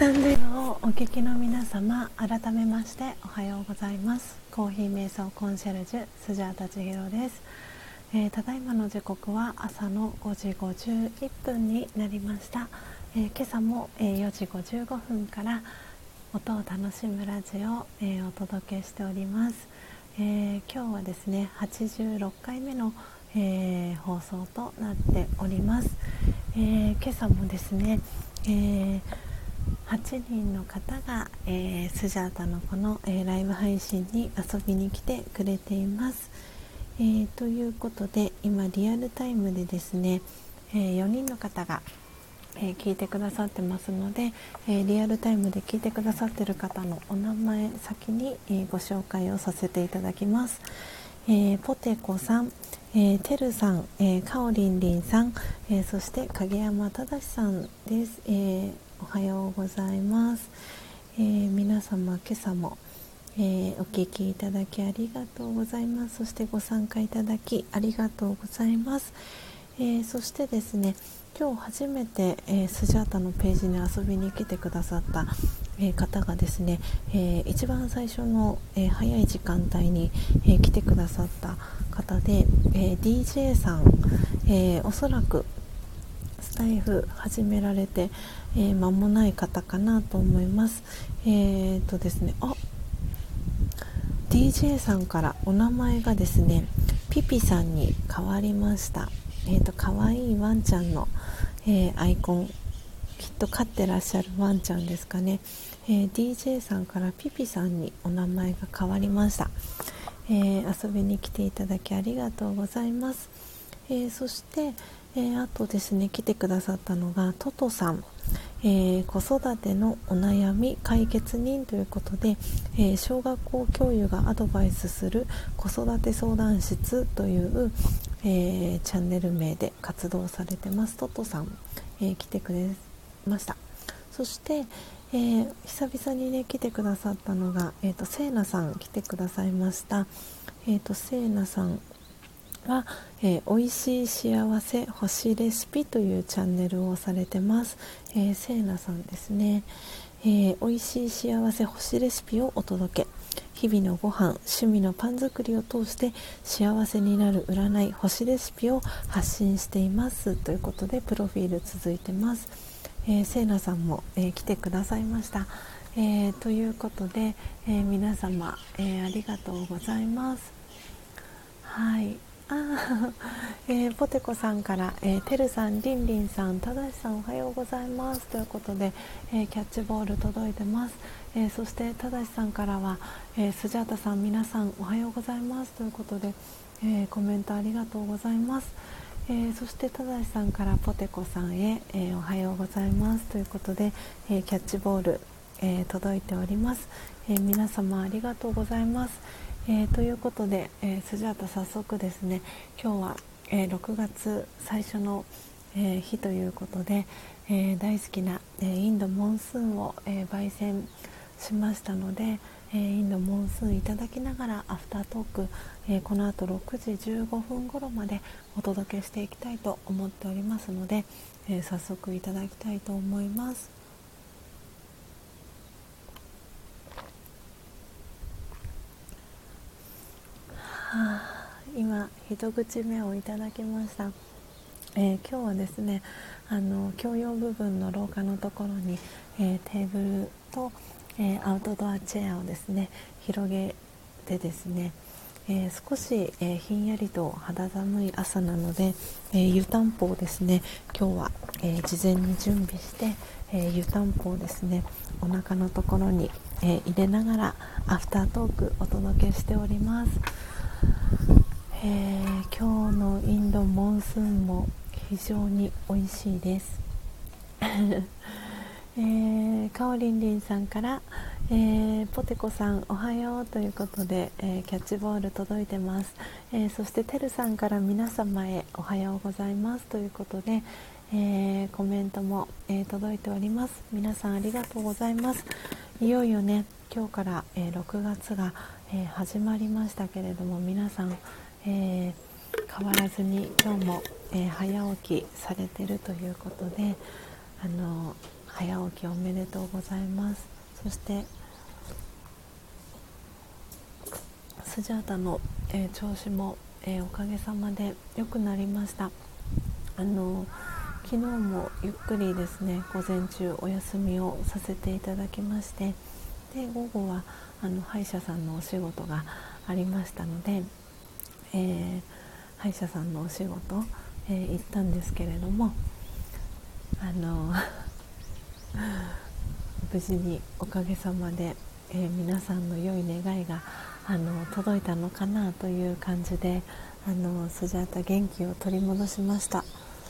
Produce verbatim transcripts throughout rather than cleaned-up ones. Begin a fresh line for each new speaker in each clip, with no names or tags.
タンド エフエム をお聞きの皆様、改めましておはようございます。コーヒー瞑想コンシェルジュスジャータ千尋です。えー、ただいまの時刻は朝のごじごじゅういっぷんになりました。えー、今朝も、えー、よじごじゅうごふんから音を楽しむラジオを、えー、お届けしております。えー、今日はですねはちじゅうろっかいめの、えー、放送となっております。えー、今朝もですね、えーはちにんの方が、えー、スジャータのこの、えー、ライブ配信に遊びに来てくれています。えー、ということで今リアルタイムでですね、えー、よにんの方が、えー、聞いてくださってますので、えー、リアルタイムで聞いてくださっている方のお名前先に、えー、ご紹介をさせていただきます。えー、ポテコさん、えー、てるさん、えー、かおりんりんさん、えー、そして影山正さんです。えー、おはようございます。えー、皆様今朝も、えー、お聞きいただきありがとうございます。そしてご参加いただきありがとうございます。えー、そしてですね今日初めて、えー、スジャータのページに遊びに来てくださった、えー、方がですね、えー、一番最初の、えー、早い時間帯に、えー、来てくださった方で、えー、ディージェー さん、えー、おそらくスタイフ始められて、えー、間もない方かなと思います。えーとですねあ ディージェー さんからお名前がですねピピさんに変わりました。えーと可愛いワンちゃんの、えー、アイコン、きっと飼ってらっしゃるワンちゃんですかね。えー、ディージェー さんからピピさんにお名前が変わりました。えー、遊びに来ていただきありがとうございます。えー、そして、えー、あとですね来てくださったのがトトさん、えー、子育てのお悩み解決人ということで、えー、小学校教諭がアドバイスする子育て相談室という、えー、チャンネル名で活動されてますトトさん、えー、来てくれました。そして、えー、久々にね来てくださったのが、えーと、せいなさん来てくださいました。えーと、せいなさんは、えー、おいしい幸せ星レシピというチャンネルをされてます。えー、せいなさんですね、えー、おいしい幸せ星レシピをお届け、日々のご飯趣味のパン作りを通して幸せになる占い星レシピを発信していますということでプロフィール続いてます。えー、せいなさんも、えー、来てくださいました。えー、ということで、えー、皆様、えー、ありがとうございます。はいあえー、ポテコさんから、えー、てるさん、りんりんさん、ただしさんおはようございますということで、えー、キャッチボール届いてます。えー、そしてただしさんからは、えー、スジャータさん皆さんおはようございますということで、えー、コメントありがとうございます。えー、そしてただしさんからポテコさんへ、えー、おはようございますということで、えー、キャッチボール、えー、届いております。えー、皆様ありがとうございます。えー、ということで、えー、スジャータ早速ですね今日は、えー、ろくがつ最初の、えー、日ということで、えー、大好きな、えー、インドモンスーンを、えー、焙煎しましたので、えー、インドモンスーンいただきながらアフタートーク、えー、この後ろくじじゅうごふん頃までお届けしていきたいと思っておりますので、えー、早速いただきたいと思います。はあ、今一口目をいただきました。えー、今日はですねあの共用部分の廊下のところに、えー、テーブルと、えー、アウトドアチェアをですね広げてですね、えー、少し、えー、ひんやりと肌寒い朝なので、えー、湯たんぽをですね今日は、えー、事前に準備して、えー、湯たんぽをですねお腹のところに、えー、入れながらアフタートークお届けしております。えー、今日のインドモンスーンも非常に美味しいです。えー、かおりんりんさんから、えー、ポテコさんおはようということで、えー、キャッチボール届いてます。えー、そしててるさんから皆様へおはようございますということで、えー、コメントも、えー、届いております。皆さんありがとうございます。いよいよね今日から、えー、ろくがつが、えー、始まりましたけれども皆さん、えー、変わらずに今日も、えー、早起きされているということであの早起きおめでとうございます。そしてスジャータの、えー、調子も、えー、おかげさまで良くなりました。あの昨日もゆっくりですね、午前中お休みをさせていただきまして、で午後はあの歯医者さんのお仕事がありましたので、えー、歯医者さんのお仕事、えー、行ったんですけれども、あの無事におかげさまで、えー、皆さんの良い願いがあの届いたのかなという感じで、あのスジャータ元気を取り戻しました。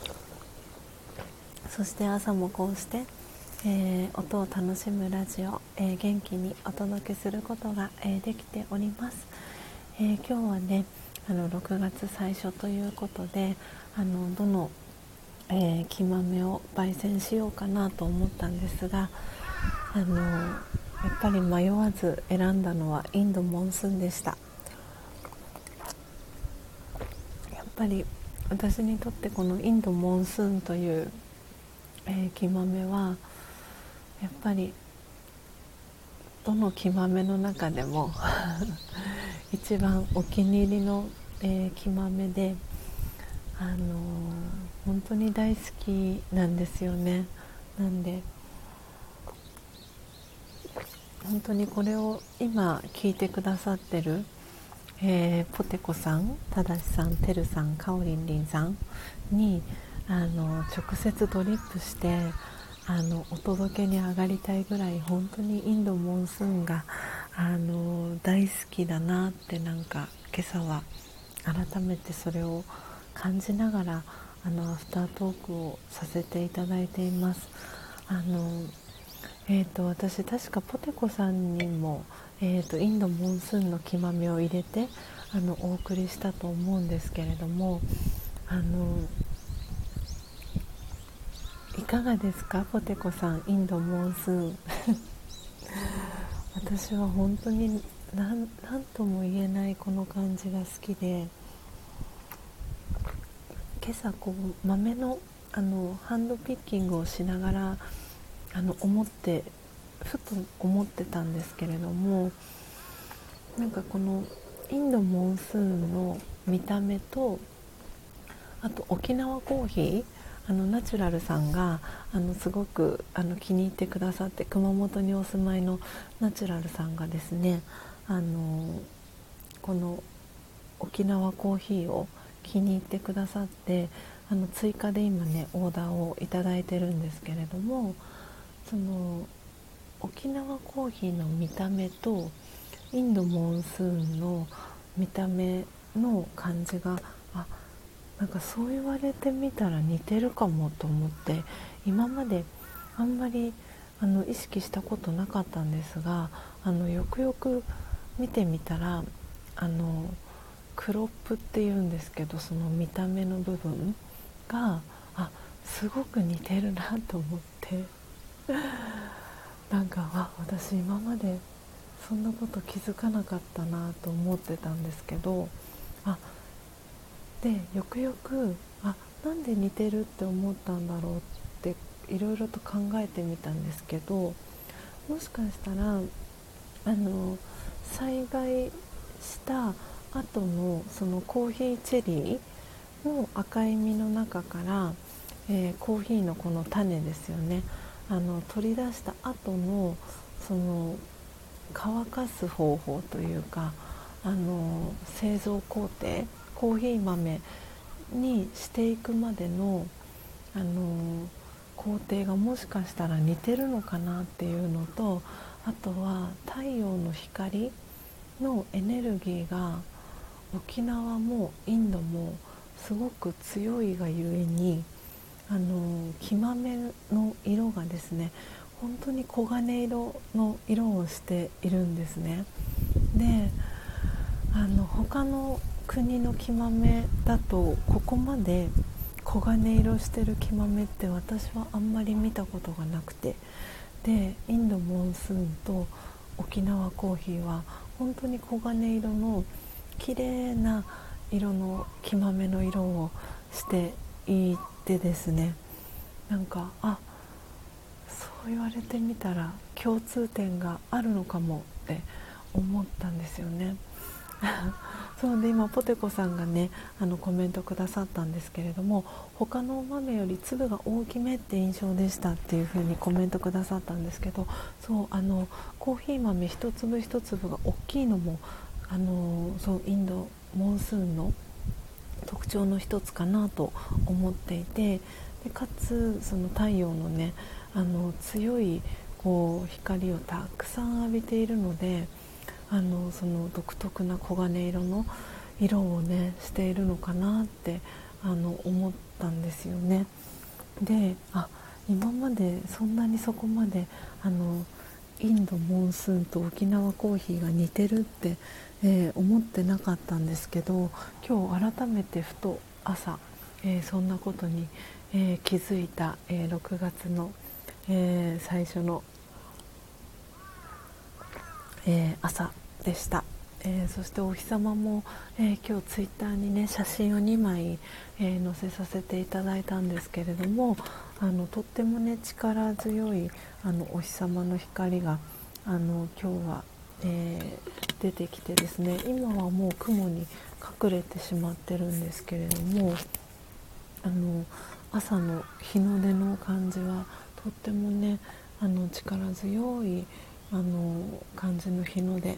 そして朝もこうして、えー、音を楽しむラジオ、えー、元気にお届けすることが、えー、できております。えー、今日はね、あのろくがつ最初ということで、あのどの、えー、木豆を焙煎しようかなと思ったんですが、あのやっぱり迷わず選んだのはインドモンスーンでした。やっぱり私にとってこのインドモンスーンという、えー、木豆はやっぱりどの木豆の中でも一番お気に入りの、えー、木豆で、あのー、本当に大好きなんですよね。なんで本当にこれを今聞いてくださってる、えー、ポテコさん、ただしさん、てるさん、かおりんりんさんにあの直接ドリップしてあのお届けに上がりたいぐらい、本当にインドモンスーンがあの大好きだなって、なんか今朝は改めてそれを感じながらあのアフタートークをさせていただいています。あのえー、と私確かポテコさんにも、えー、とインドモンスーンの木豆を入れてあのお送りしたと思うんですけれども、あのいかがですか、ポテコさん、インドモンスーン私は本当に何とも言えないこの感じが好きで、今朝こう豆の、あのハンドピッキングをしながらあの思ってふと思ってたんですけれども、なんかこのインドモンスーンの見た目と、あと沖縄コーヒー、あのナチュラルさんがあのすごくあの気に入ってくださって、熊本にお住まいのナチュラルさんがですね、あのこの沖縄コーヒーを気に入ってくださって、あの追加で今ねオーダーをいただいてるんですけれども、その沖縄コーヒーの見た目とインドモンスーンの見た目の感じが、あ、なんかそう言われてみたら似てるかもと思って、今まであんまりあの意識したことなかったんですが、あのよくよく見てみたら、あのクロップっていうんですけど、その見た目の部分があすごく似てるなと思ってなんかあ私今までそんなこと気づかなかったなと思ってたんですけど、あでよくよくあなんで似てるって思ったんだろうっていろいろと考えてみたんですけど、もしかしたらあの栽培した後のそのコーヒーチェリーの赤い実の中から、えー、コーヒーのこの種ですよね、あの取り出した後のその乾かす方法というか、あの製造工程、コーヒー豆にしていくまでの、あの工程がもしかしたら似てるのかなっていうのと、あとは太陽の光のエネルギーが沖縄もインドもすごく強いがゆえに、あの木豆の色がですね、本当に黄金色の色をしているんですね。で、あの他の国の木豆だとここまで黄金色してる木豆って私はあんまり見たことがなくて、でインドモンスーンと沖縄コーヒーは本当に黄金色の綺麗な色の木豆の色をしていてですね、なんかあそう言われてみたら共通点があるのかもって思ったんですよね。そうで、今ポテコさんがねあのコメントくださったんですけれども、他のお豆より粒が大きめって印象でしたっていう風にコメントくださったんですけど、そうあのコーヒー豆一粒一粒が大きいのもあのそうインドモンスーンの特徴の一つかなと思っていて、でかつその太陽のねあの強いこう光をたくさん浴びているので、あのその独特な黄金色の色をねしているのかなってあの思ったんですよね。で、あ、今までそんなにそこまであのインドモンスーンと沖縄コーヒーが似てるって、えー思ってなかったんですけど、今日改めてふと朝、えーそんなことに、えー気づいた、えーろくがつの、えー最初の、えー朝でした。えーそしてお日様も、えー今日ツイッターにね写真をにまい、えー載せさせていただいたんですけれども、あのとってもね力強いあのお日様の光があの今日は、えー出てきてですね、今はもう雲に隠れてしまってるんですけれども、あの朝の日の出の感じはとってもねあの力強いあの感じの日の出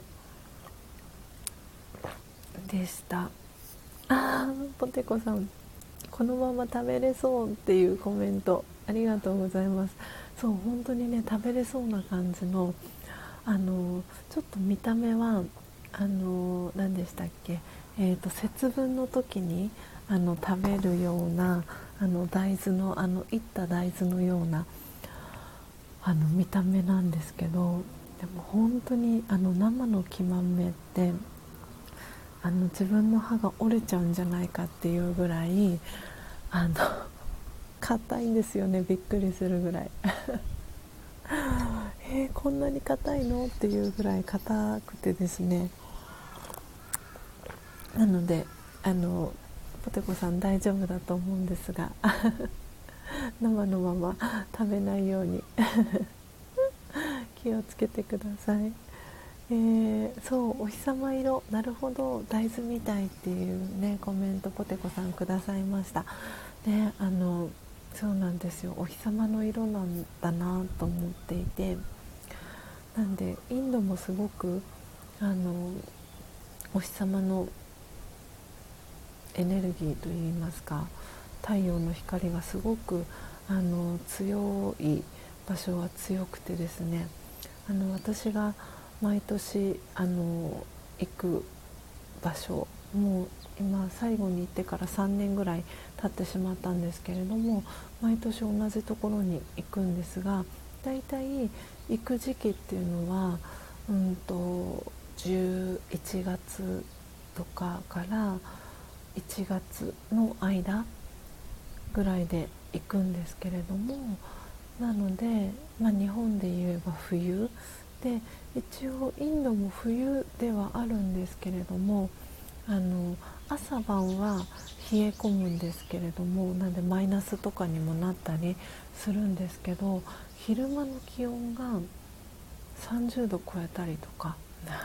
でした。あー、ポテコさん、このまま食べれそうっていうコメントありがとうございます。そう本当にね食べれそうな感じの、あのちょっと見た目はあの何でしたっけ、えーと節分の時にあの食べるようなあの大豆のあのいった大豆のようなあの見た目なんですけど、でも本当にあの生の木豆ってあの自分の歯が折れちゃうんじゃないかっていうぐらいあの硬いんですよね。びっくりするぐらいえー、こんなに硬いのっていうぐらい硬くてですね、なのであのポテコさん大丈夫だと思うんですが生のまま食べないように気をつけてください。えー、そうお日様色、なるほど大豆みたいっていうねコメントポテコさんくださいました。で、あのそうなんですよ、お日様の色なんだなと思っていて、なんでインドもすごくあのお日様のエネルギーといいますか、太陽の光がすごくあの強い場所は強くてですね、あの私が毎年あの行く場所、もう今最後に行ってからさんねんぐらい経ってしまったんですけれども、毎年同じところに行くんですが、だいたい行く時期っていうのはうんとじゅういちがつとかからいちがつの間ぐらいで行くんですけれども、なので、まあ、日本で言えば冬で、一応インドも冬ではあるんですけれども、あの朝晩は冷え込むんですけれども、なんでマイナスとかにもなったりするんですけど、昼間の気温がさんじゅうど超えたりとか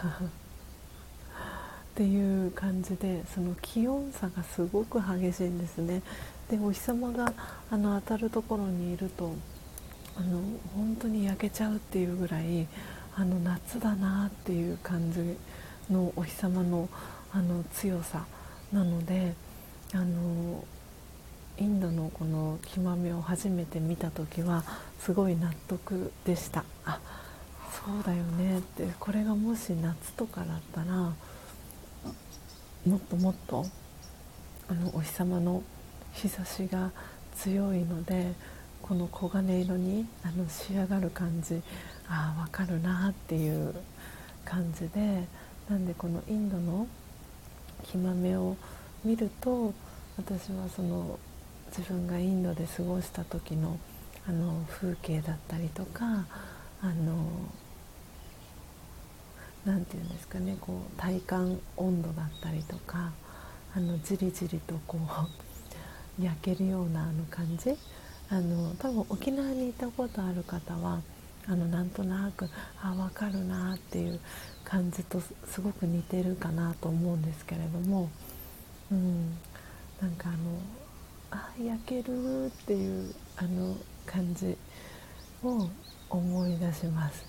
っていう感じで、その気温差がすごく激しいんですね。でお日様があの当たるところにいるとあの本当に焼けちゃうっていうぐらいあの夏だなっていう感じのお日様のあの強さなので、あのインドのこの木豆を初めて見た時はすごい納得でした。あ、そうだよねって、これがもし夏とかだったらもっともっとあのお日様の日差しが強いので、この黄金色にあの仕上がる感じ、ああ分かるなっていう感じで、なんでこのインドの木豆を見ると、私はその自分がインドで過ごした時のあの風景だったりとか、あのなんていうんですかね、こう体感温度だったりとか、あのじりじりとこう焼けるようなあの感じあの多分沖縄に行ったことある方はあのなんとなくあ分かるなっていう感じとすごく似てるかなと思うんですけれども、うん、なんかあのあ焼けるっていうあの感じを思い出します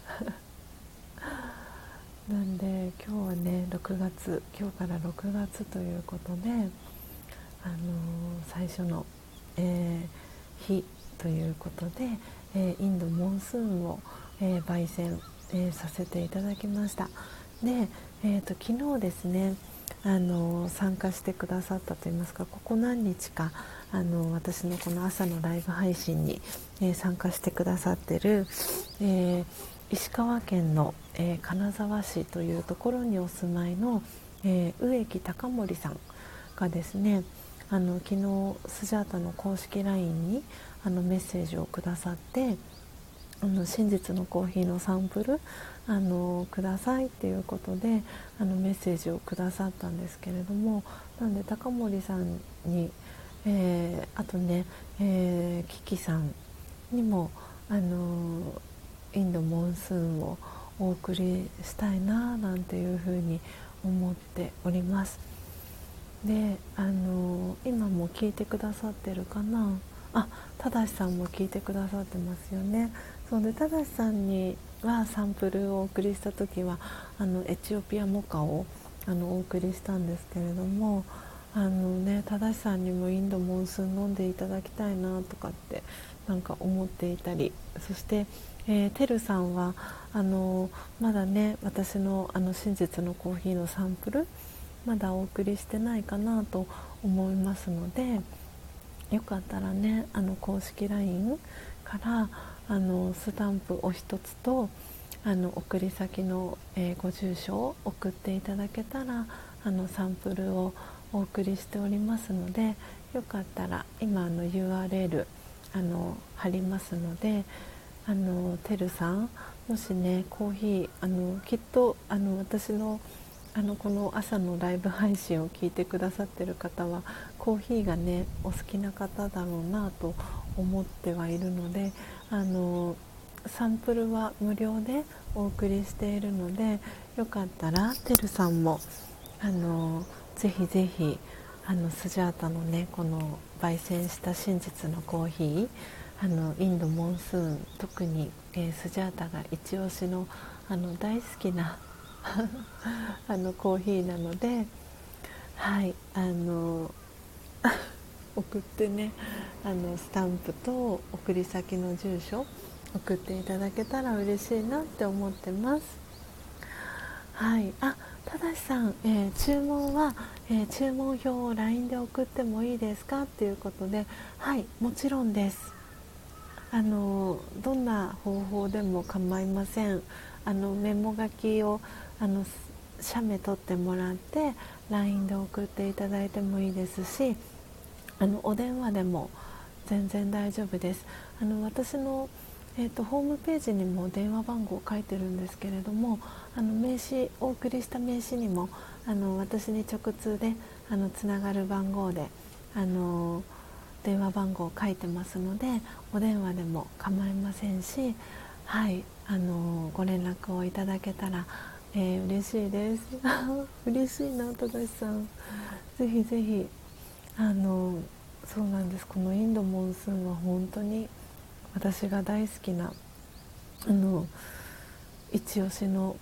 なんで今日はねろくがつ、今日からろくがつということで、あの最初の、えー、日ということで、えー、インドモンスーンを、えー、焙煎、えー、させていただきました。で、えーと、昨日ですね、あの参加してくださったといいますか、ここ何日かあの私のこの朝のライブ配信に、えー、参加してくださってる、えー、石川県の、えー、金沢市というところにお住まいの、えー、植木隆盛さんがですね、あの昨日スジャータの公式 ライン にあのメッセージをくださって、あの真実のコーヒーのサンプルあのくださいっていうことであのメッセージをくださったんですけれども、なんで高森さんに、えー、あとね、えー、キキさんにもあのインドモンスーンをお送りしたいななんていうふうに思っております。で、あの今も聞いてくださってるかなあ、ただしさんも聞いてくださってますよね。そうで、ただしさんにはサンプルをお送りした時はあのエチオピアモカをあのお送りしたんですけれども、あのね、ただしさんにもインドモンスーン飲んでいただきたいなとかってなんか思っていたり、そして、えー、てるさんはあのまだね私のあの真実のコーヒーのサンプルまだお送りしてないかなと思いますので、よかったらねあの公式 ライン からあのスタンプお一つとあの送り先の、えー、ご住所を送っていただけたらあのサンプルをお送りしておりますので、よかったら今あの ユーアールエル あの貼りますので、あのてるさんもしねコーヒーあのきっとあの私のあのこの朝のライブ配信を聞いてくださってる方はコーヒーがねお好きな方だろうなと思ってはいるので、あのサンプルは無料でお送りしているので、よかったらてるさんもあのぜひぜひあのスジャータのねこの焙煎した真実のコーヒー、あのインドモンスーン、特に、えー、スジャータが一押しのあの大好きなあのコーヒーなので、はいあの送ってね、あのスタンプと送り先の住所送っていただけたら嬉しいなって思ってます。はい、あ、ただしさん、えー、注文は、えー、注文表を ライン で送ってもいいですかっていうことで、はい、もちろんです。あのどんな方法でも構いません。あのメモ書きをあの写メ取ってもらって ライン で送っていただいてもいいですし、あのお電話でも全然大丈夫です。あの私の、えーと、ホームページにも電話番号書いてるんですけれども、あの名刺お送りした名刺にもあの私に直通であのつながる番号であの電話番号を書いてますので、お電話でも構いませんし、はい、あのご連絡をいただけたら、えー、嬉しいです嬉しいな、正さん。ぜひぜひあのそうなんです。このインドモンスーンは本当に私が大好きなあの一押しの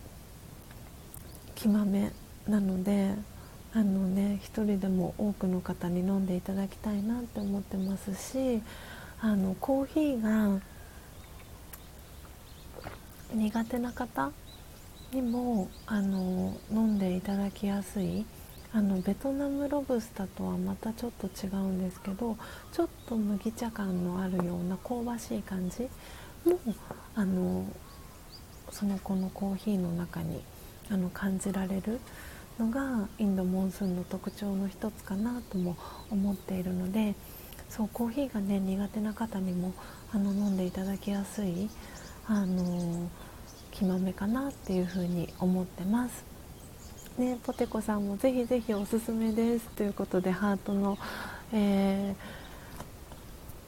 木豆なので、あのね一人でも多くの方に飲んでいただきたいなって思ってますし、あのコーヒーが苦手な方にもあの飲んでいただきやすい、あのベトナムロブスターとはまたちょっと違うんですけど、ちょっと麦茶感のあるような香ばしい感じもあのそのこのコーヒーの中にあの感じられるのがインドモンスーンの特徴の一つかなとも思っているので、そうコーヒーがね苦手な方にもあの飲んでいただきやすいあの木豆かなっていうふうに思ってますね。ポテコさんもぜひぜひおすすめですということでハートの、え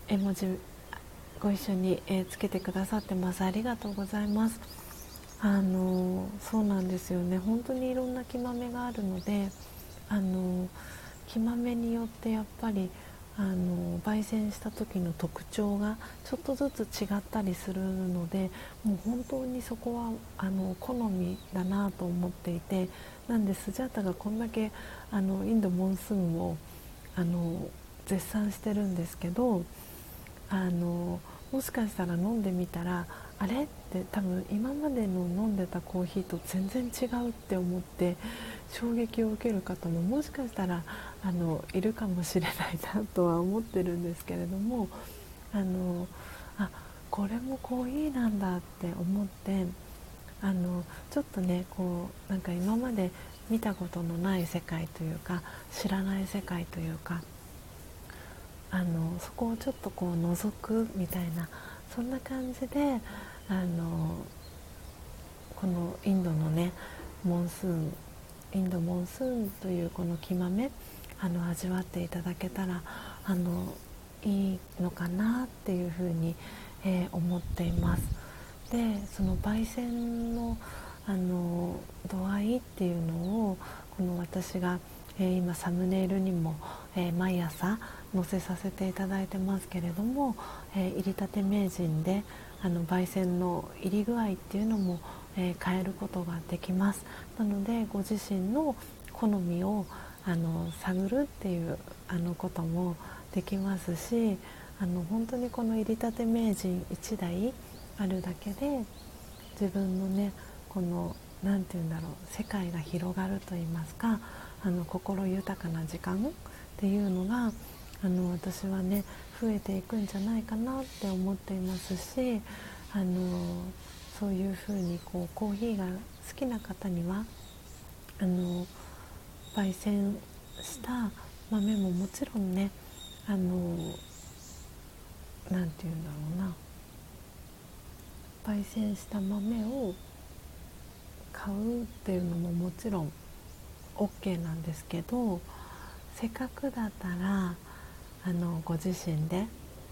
絵文字ご一緒に、えーつけてくださってます。ありがとうございます。あのそうなんですよね。本当にいろんな木豆があるので、あの木豆によってやっぱりあの焙煎した時の特徴がちょっとずつ違ったりするので、もう本当にそこはあの好みだなと思っていて、なんでスジャータがこんだけあのインドモンスーンをあの絶賛してるんですけど、あのもしかしたら飲んでみたらあれって多分今までの飲んでたコーヒーと全然違うって思って衝撃を受ける方ももしかしたらあのいるかもしれないなとは思ってるんですけれども、あのあこれもコーヒーなんだって思って、あのちょっとねこうなんか今まで見たことのない世界というか知らない世界というか、あのそこをちょっとこう覗くみたいな、そんな感じであのこのインドのねモンスーンインドモンスーンというこの木豆あの味わっていただけたらあのいいのかなっていうふうに、えー思っています。でその焙煎の、あの度合いっていうのをこの私が、えー今サムネイルにも、えー毎朝載せさせていただいてますけれども、えー入りたて名人であの焙煎の入り具合っていうのも、えー変えることができます。なのでご自身の好みをあの探るっていうあのこともできますし、あの本当にこの入りたて名人いちだいあるだけで自分のねこのなんていうんだろう、世界が広がると言いますか、あの心豊かな時間っていうのがあの私はね増えていくんじゃないかなって思っていますし、あのそういうふうにこうコーヒーが好きな方にはあの焙煎した豆ももちろんね、あのなんていうんだろうな、焙煎した豆を買うっていうのももちろん OK なんですけど、せっかくだったらあのご自身で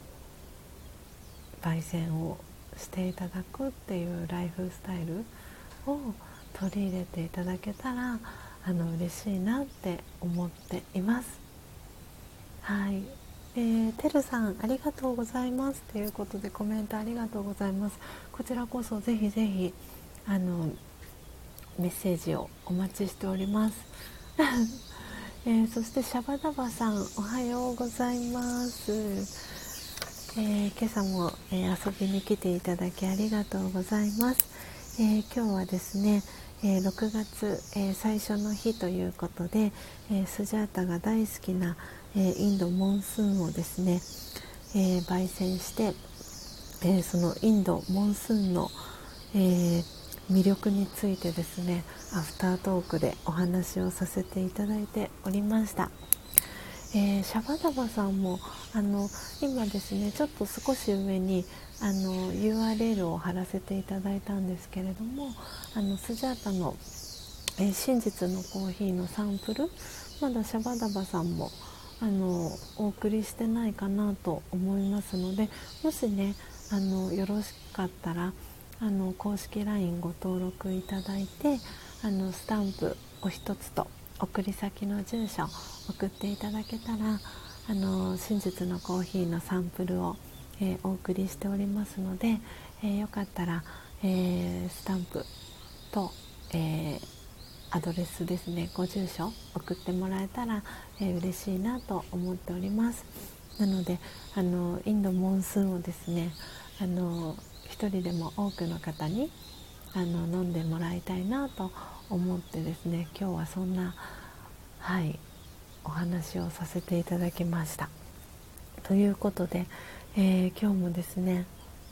焙煎をしていただくっていうライフスタイルを取り入れていただけたらあの嬉しいなって思っています。はい、えー、てるさんありがとうございますということでコメントありがとうございます。こちらこそぜひぜひあのメッセージをお待ちしております。えー、そしてシャバダバさんおはようございます。えー、今朝も、えー、遊びに来ていただきありがとうございます。えー、今日はですね、えー、ろくがつ、えー、最初の日ということで、えー、スジャータが大好きな、えー、インドモンスーンをですね、えー、焙煎して、えー、そのインドモンスーンの、えー、魅力についてですねアフタートークでお話をさせていただいておりました。えー、シャバダバさんもあの今ですねちょっと少し上にあの ユーアールエル を貼らせていただいたんですけれども、あのスジャータの、えー、真実のコーヒーのサンプルまだシャバダバさんもあのお送りしてないかなと思いますので、もしねあのよろしかったらあの公式 ライン ご登録いただいて、あのスタンプお一つと送り先の住所送っていただけたらあの真実のコーヒーのサンプルを、えー、お送りしておりますので、えー、よかったら、えー、スタンプと、えー、アドレスですね、ご住所送ってもらえたら、えー、嬉しいなと思っております。なのであのインドモンスーンをですねあの一人でも多くの方にあの飲んでもらいたいなと思ってですね、今日はそんな、はい、お話をさせていただきました。ということで、えー、今日もですね、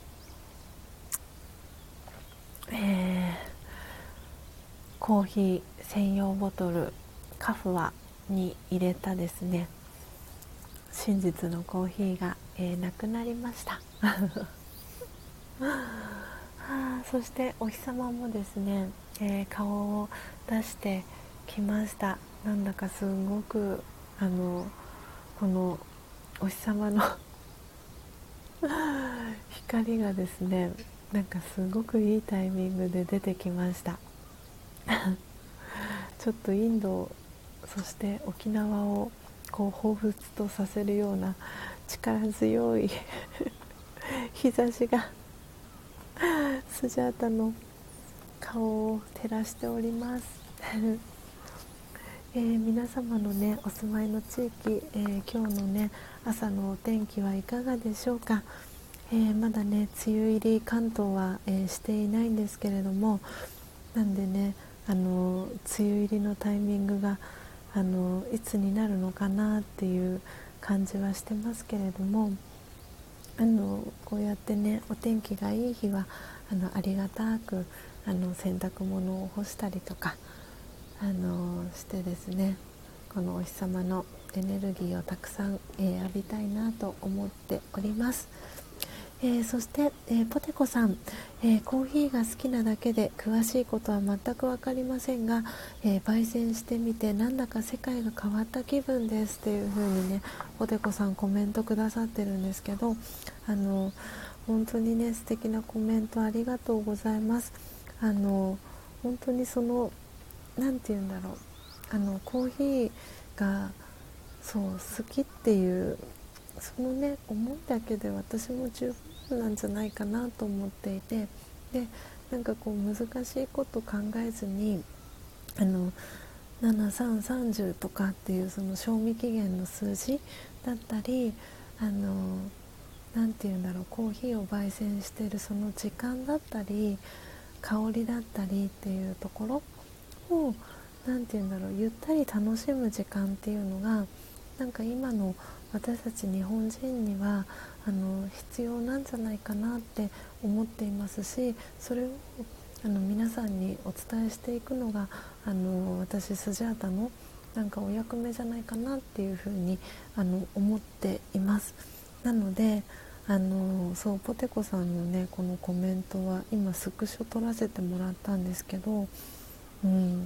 えー、コーヒー専用ボトルカフワに入れたですね真実のコーヒーが、えー、なくなりましたあそしてお日様もですね、えー、顔を出してきました。なんだかすごくあのこのお日様の光がですね、なんかすごくいいタイミングで出てきましたちょっとインド、そして沖縄をこう彷彿とさせるような力強い日差しがスジャータの顔を照らしておりますえー、皆様のねお住まいの地域、えー、今日のね朝のお天気はいかがでしょうか。えー、まだね梅雨入り関東は、えー、していないんですけれども、なんでねあの梅雨入りのタイミングがあのいつになるのかなっていう感じはしてますけれども、あのこうやってねお天気がいい日はあのありがたくあの洗濯物を干したりとかあのしてですね、このお日様のエネルギーをたくさん、えー、浴びたいなと思っております。えー、そして、えー、ポテコさん、えー、コーヒーが好きなだけで詳しいことは全く分かりませんが、えー、焙煎してみてなんだか世界が変わった気分ですっていう風にねポテコさんコメントくださってるんですけど、あの本当にね素敵なコメントありがとうございます。あの本当にそのなんて言うんだろう、あのコーヒーがそう好きっていうそのね思いだけで私も十分なんじゃないかなと思っていて、でなんかこう難しいこと考えずにあのななさんさんじゅうとかっていうその賞味期限の数字だったり、あのなんて言うんだろう、コーヒーを焙煎しているその時間だったり香りだったりっていうところをなんて言うんだろう、ゆったり楽しむ時間っていうのがなんか今の私たち日本人にはあの必要なんじゃないかなって思っていますし、それをあの皆さんにお伝えしていくのがあの私スジャータのなんかお役目じゃないかなっていうふうにあの思っています。なのであのそうポテコさんのねこのコメントは今スクショ取らせてもらったんですけど、うん、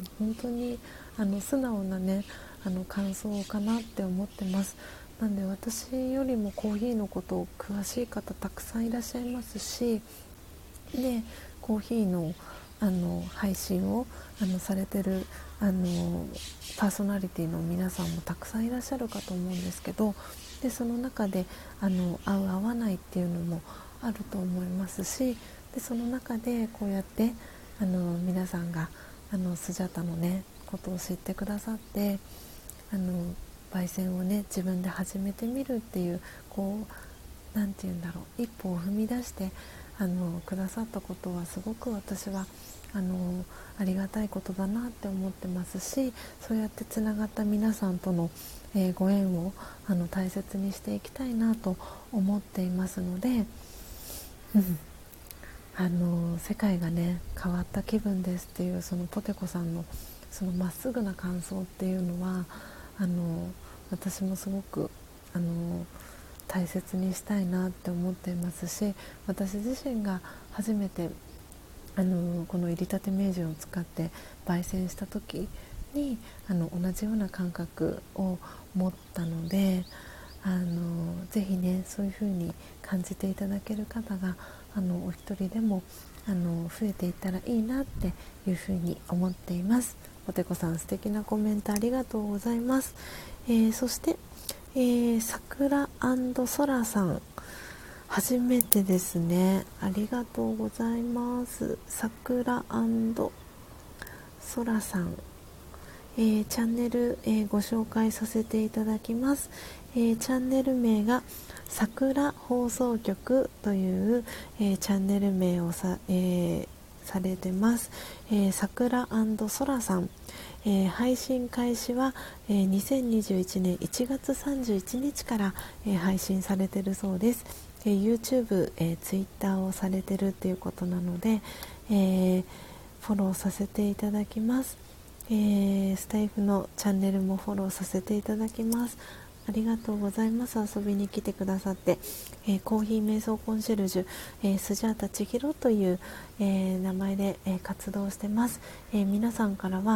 本当にあの素直なねあの感想かなって思ってます。なんで私よりもコーヒーのことを詳しい方たくさんいらっしゃいますし、でコーヒーのあの配信をあのされてるあのパーソナリティの皆さんもたくさんいらっしゃるかと思うんですけど、でその中であの合う合わないっていうのもあると思いますし、でその中でこうやってあの皆さんがあのスジャタのねことを知ってくださって、あの焙煎をね自分で始めてみるっていうこうなんて言うんだろう、一歩を踏み出してあのくださったことはすごく私はあのありがたいことだなって思ってますし、そうやってつながった皆さんとの、えー、ご縁をあの大切にしていきたいなと思っていますので、うん、あの世界がね変わった気分ですっていうそのポテコさんのそのまっすぐな感想っていうのはあの私もすごくあの大切にしたいなって思っていますし、私自身が初めてあのこの入りたて名人を使って焙煎した時にあの同じような感覚を持ったので、あのぜひねそういう風に感じていただける方があのお一人でもあの増えていったらいいなっていう風に思っています。ポテコさん素敵なコメントありがとうございます。えー、そして、えー、桜ソラさん初めてですね、ありがとうございます。桜ソラさん、えー、チャンネル、えー、ご紹介させていただきます。えー、チャンネル名が桜放送局という、えー、チャンネル名をさ、えー、されてます。えー、桜ソラさん、えー、配信開始は、えー、にせんにじゅういちねんいちがつさんじゅういちにちから、えー、配信されているそうです。えー、YouTube、えー、Twitter をされているということなので、えー、フォローさせていただきます。えー、スタイフのチャンネルもフォローさせていただきます。ありがとうございます。遊びに来てくださって、えー、コーヒー瞑想コンシェルジュ、えー、スジャータ千尋という、えー、名前で、えー、活動してます。えー、皆さんからは、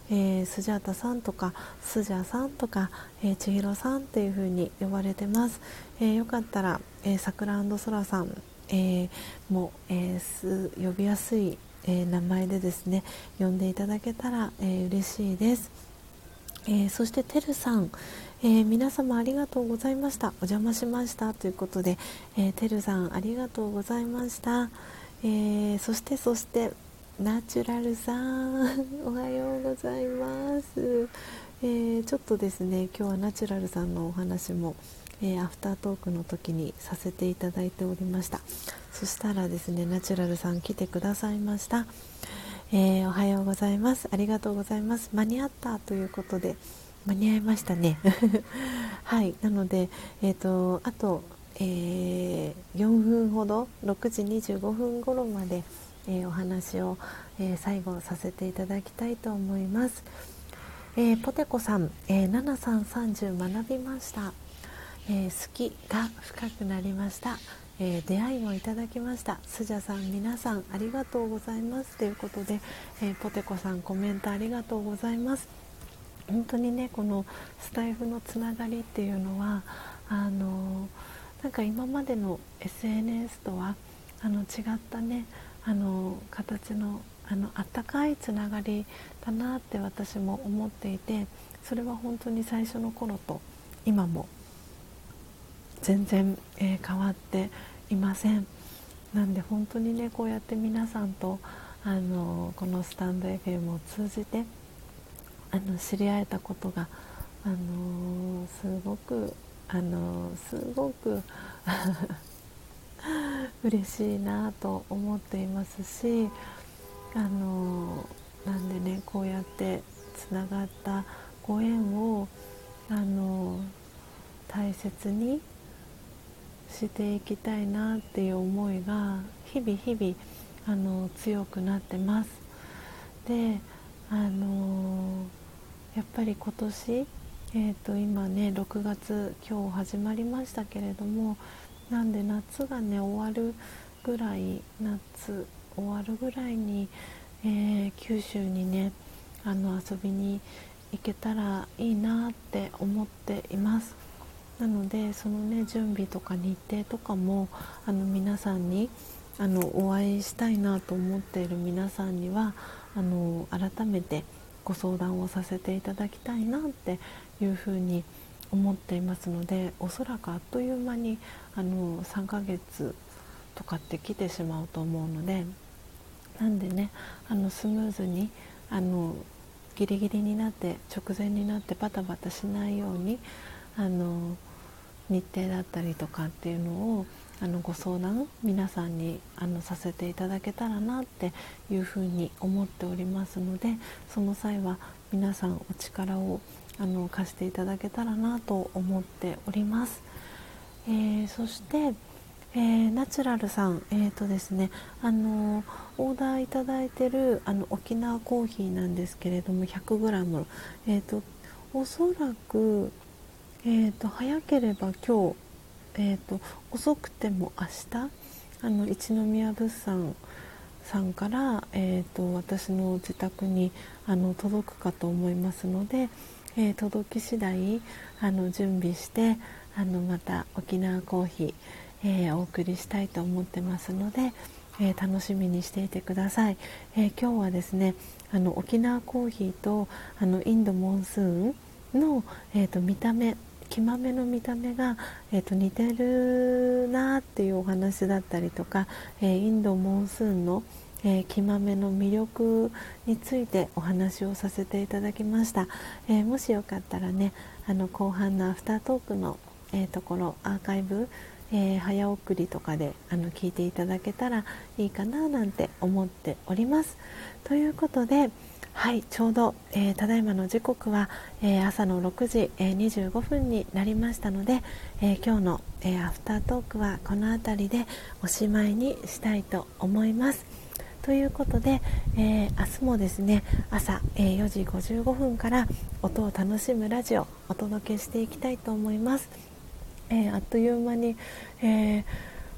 えー、スジャータさんとかスジャさんとか、えー、千尋さんっていう風に呼ばれてます。えー、よかったら、えー、桜ソラさん、えー、も、えー、す呼びやすい、えー、名前でですね呼んでいただけたら、えー、嬉しいです。えー、そしててるさん、えー、皆様ありがとうございました。お邪魔しましたということで、えー、てるさんありがとうございました。えー、そしてそしてナチュラルさんおはようございます。えー、ちょっとですね今日はナチュラルさんのお話も、えー、アフタートークの時にさせていただいておりました。そしたらですねナチュラルさん来てくださいました。えー、おはようございます。ありがとうございます。間に合ったということで間に合いましたねはい、なので、えーと、あと、えー、よんぷんほどろくじにじゅうごふん頃まで、えー、お話を、えー、最後させていただきたいと思います。えー、ポテコさん、えー、ななさんさんじゅう学びました。えー、好きが深くなりました。えー、出会いもいただきました。スジャさん皆さんありがとうございますということで、えー、ポテコさんコメントありがとうございます。本当にねこのスタイフのつながりっていうのはあのなんか今までの エスエヌエス とはあの違ったねあの形のあのあったかいつながりだなって私も思っていて、それは本当に最初の頃と今も全然、えー、変わっていません。なんで本当にねこうやって皆さんとあのこのスタンド エフエム を通じてあの知り合えたことが、あのー、すごく、あのー、すごく嬉しいなと思っていますし、あのー、なんでねこうやってつながったご縁を、あのー、大切にしていきたいなっていう思いが日々日々、あのー、強くなってます。で、あのーやっぱり今年、えー、と今ねろくがつ今日始まりましたけれども、なんで夏がね終わるぐらい夏終わるぐらいに、えー、九州にねあの遊びに行けたらいいなって思っています。なのでそのね準備とか日程とかもあの皆さんにあのお会いしたいなと思っている皆さんにはあの改めてご相談をさせていただきたいなっていうふうに思っていますので、おそらくあっという間にあのさんかげつとかって来てしまうと思うので、なんでねあのスムーズにあのギリギリになって直前になってバタバタしないようにあの日程だったりとかっていうのをあのご相談皆さんにあのさせていただけたらなっていうふうに思っておりますので、その際は皆さんお力をあの貸していただけたらなと思っております。えー、そして、えー、ナチュラルさん、えーとですね、あのオーダーいただいてるあの沖縄コーヒーなんですけれども ひゃくグラム、えーとおそらくえーと、早ければ今日、えーと、遅くても明日あの一宮物産さんから、えーと、私の自宅にあの届くかと思いますので、えー、届き次第あの準備してあのまた沖縄コーヒー、えー、お送りしたいと思ってますので、えー、楽しみにしていてください。えー、今日はですねあの沖縄コーヒーとあのインドモンスーンの、えーと、見た目木豆の見た目が、えー、と似てるなっていうお話だったりとか、えー、インドモンスーンの、えー、木豆の魅力についてお話をさせていただきました。えー、もしよかったらねあの後半のアフタートークの、えー、ところアーカイブ、えー、早送りとかであの聞いていただけたらいいかななんて思っております。ということではい、ちょうど、えー、ただいまの時刻は、えー、朝のろくじ、えー、にじゅうごふんになりましたので、えー、今日の、えー、アフタートークはこの辺りでおしまいにしたいと思います。ということで、えー、明日もですね朝、えー、よじごじゅうごふんから音を楽しむラジオをお届けしていきたいと思います。えー、あっという間に、えー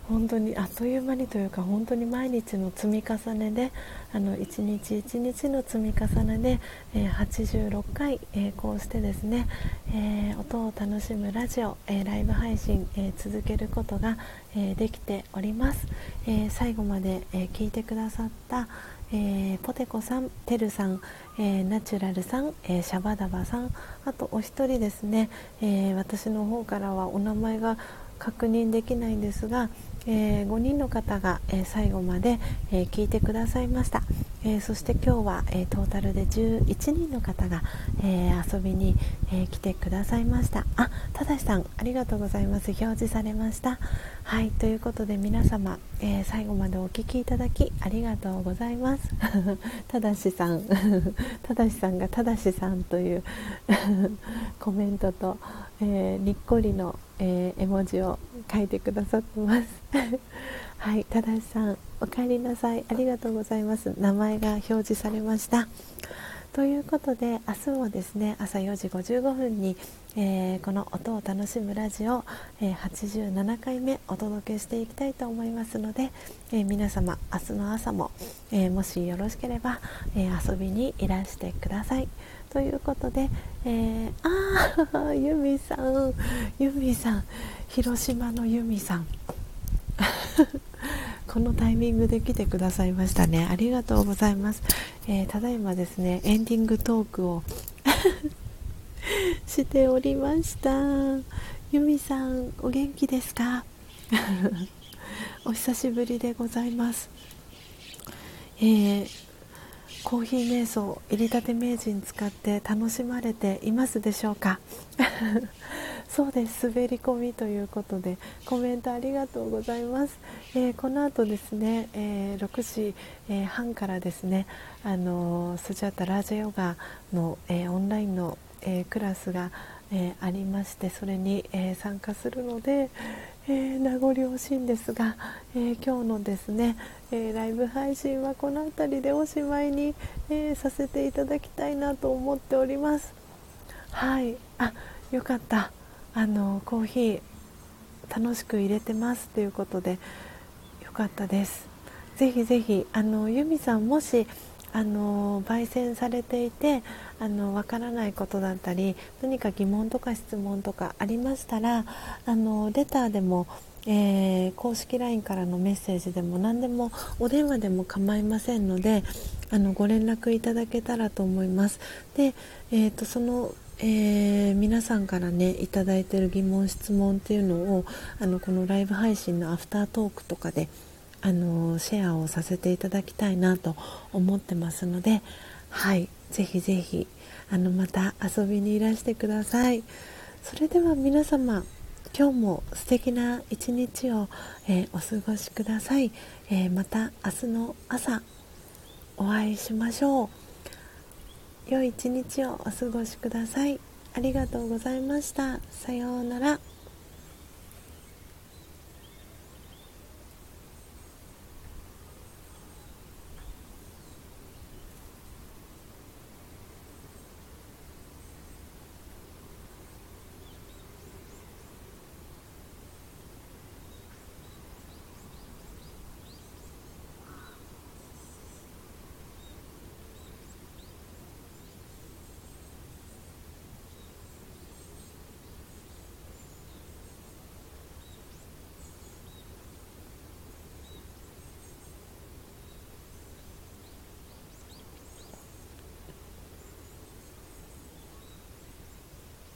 本当にあっという間にというか、本当に毎日の積み重ねで、あの一日一日の積み重ねで、えー、はちじゅうろっかい、えー、こうしてですね、えー、音を楽しむラジオ、えー、ライブ配信、えー、続けることが、えー、できております。えー、最後まで、えー、聞いてくださった、えー、ポテコさん、テルさん、えー、ナチュラルさん、えー、シャバダバさん、あとお一人ですね、えー、私の方からはお名前が確認できないんですが、えー、ごにんの方が、えー、最後まで、えー、聞いてくださいました。えー、そして今日は、えー、トータルでじゅういちにんの方が、えー、遊びに、えー、来てくださいました。あ、ただしさんありがとうございます。表示されました。はい、ということで皆様、えー、最後までお聞きいただきありがとうございます。ただしさんただしさんがただしさんというコメントと、えー、にっこりの、えー、絵文字を書いてくださってますはい、ただしさんお帰りなさい、ありがとうございます。名前が表示されました。ということで、明日もですね朝よじごじゅうごふんに、えー、この音を楽しむラジオ、えー、はちじゅうななかいめお届けしていきたいと思いますので、えー、皆様明日の朝も、えー、もしよろしければ、えー、遊びにいらしてくださいということで、えー、あーユミさんユミさん広島のユミさんこのタイミングで来てくださいましたね。ありがとうございます。えー、ただいまですねエンディングトークをしておりました。ユミさんお元気ですか？お久しぶりでございます。えー、コーヒー瞑想入りたて名人使って楽しまれていますでしょうか？そうです、滑り込みということでコメントありがとうございます。えー、この後ですね、えー、ろくじはんからですね、あのー、スジャータラージャヨガの、えー、オンラインの、えー、クラスが、えー、ありまして、それに、えー、参加するので、えー、名残惜しいんですが、えー、今日のですね、えー、ライブ配信はこの辺りでおしまいに、えー、させていただきたいなと思っております。はい、あ、よかった。あのコーヒー楽しく入れてますということでよかったです。ぜひぜひあのユミさん、もしあの焙煎されていてあのわからないことだったり何か疑問とか質問とかありましたら、あのレターでも、えー、公式 ライン からのメッセージでも何でもお電話でも構いませんので、あのご連絡いただけたらと思います。で、えーと、そのえー、皆さんからねいただいている疑問質問っていうのをあのこのライブ配信のアフタートークとかであのシェアをさせていただきたいなと思ってますので、はい、ぜひぜひあのまた遊びにいらしてください。それでは皆様、今日も素敵な一日を、えー、お過ごしください。えー、また明日の朝お会いしましょう。良い一日をお過ごしください。ありがとうございました。さようなら。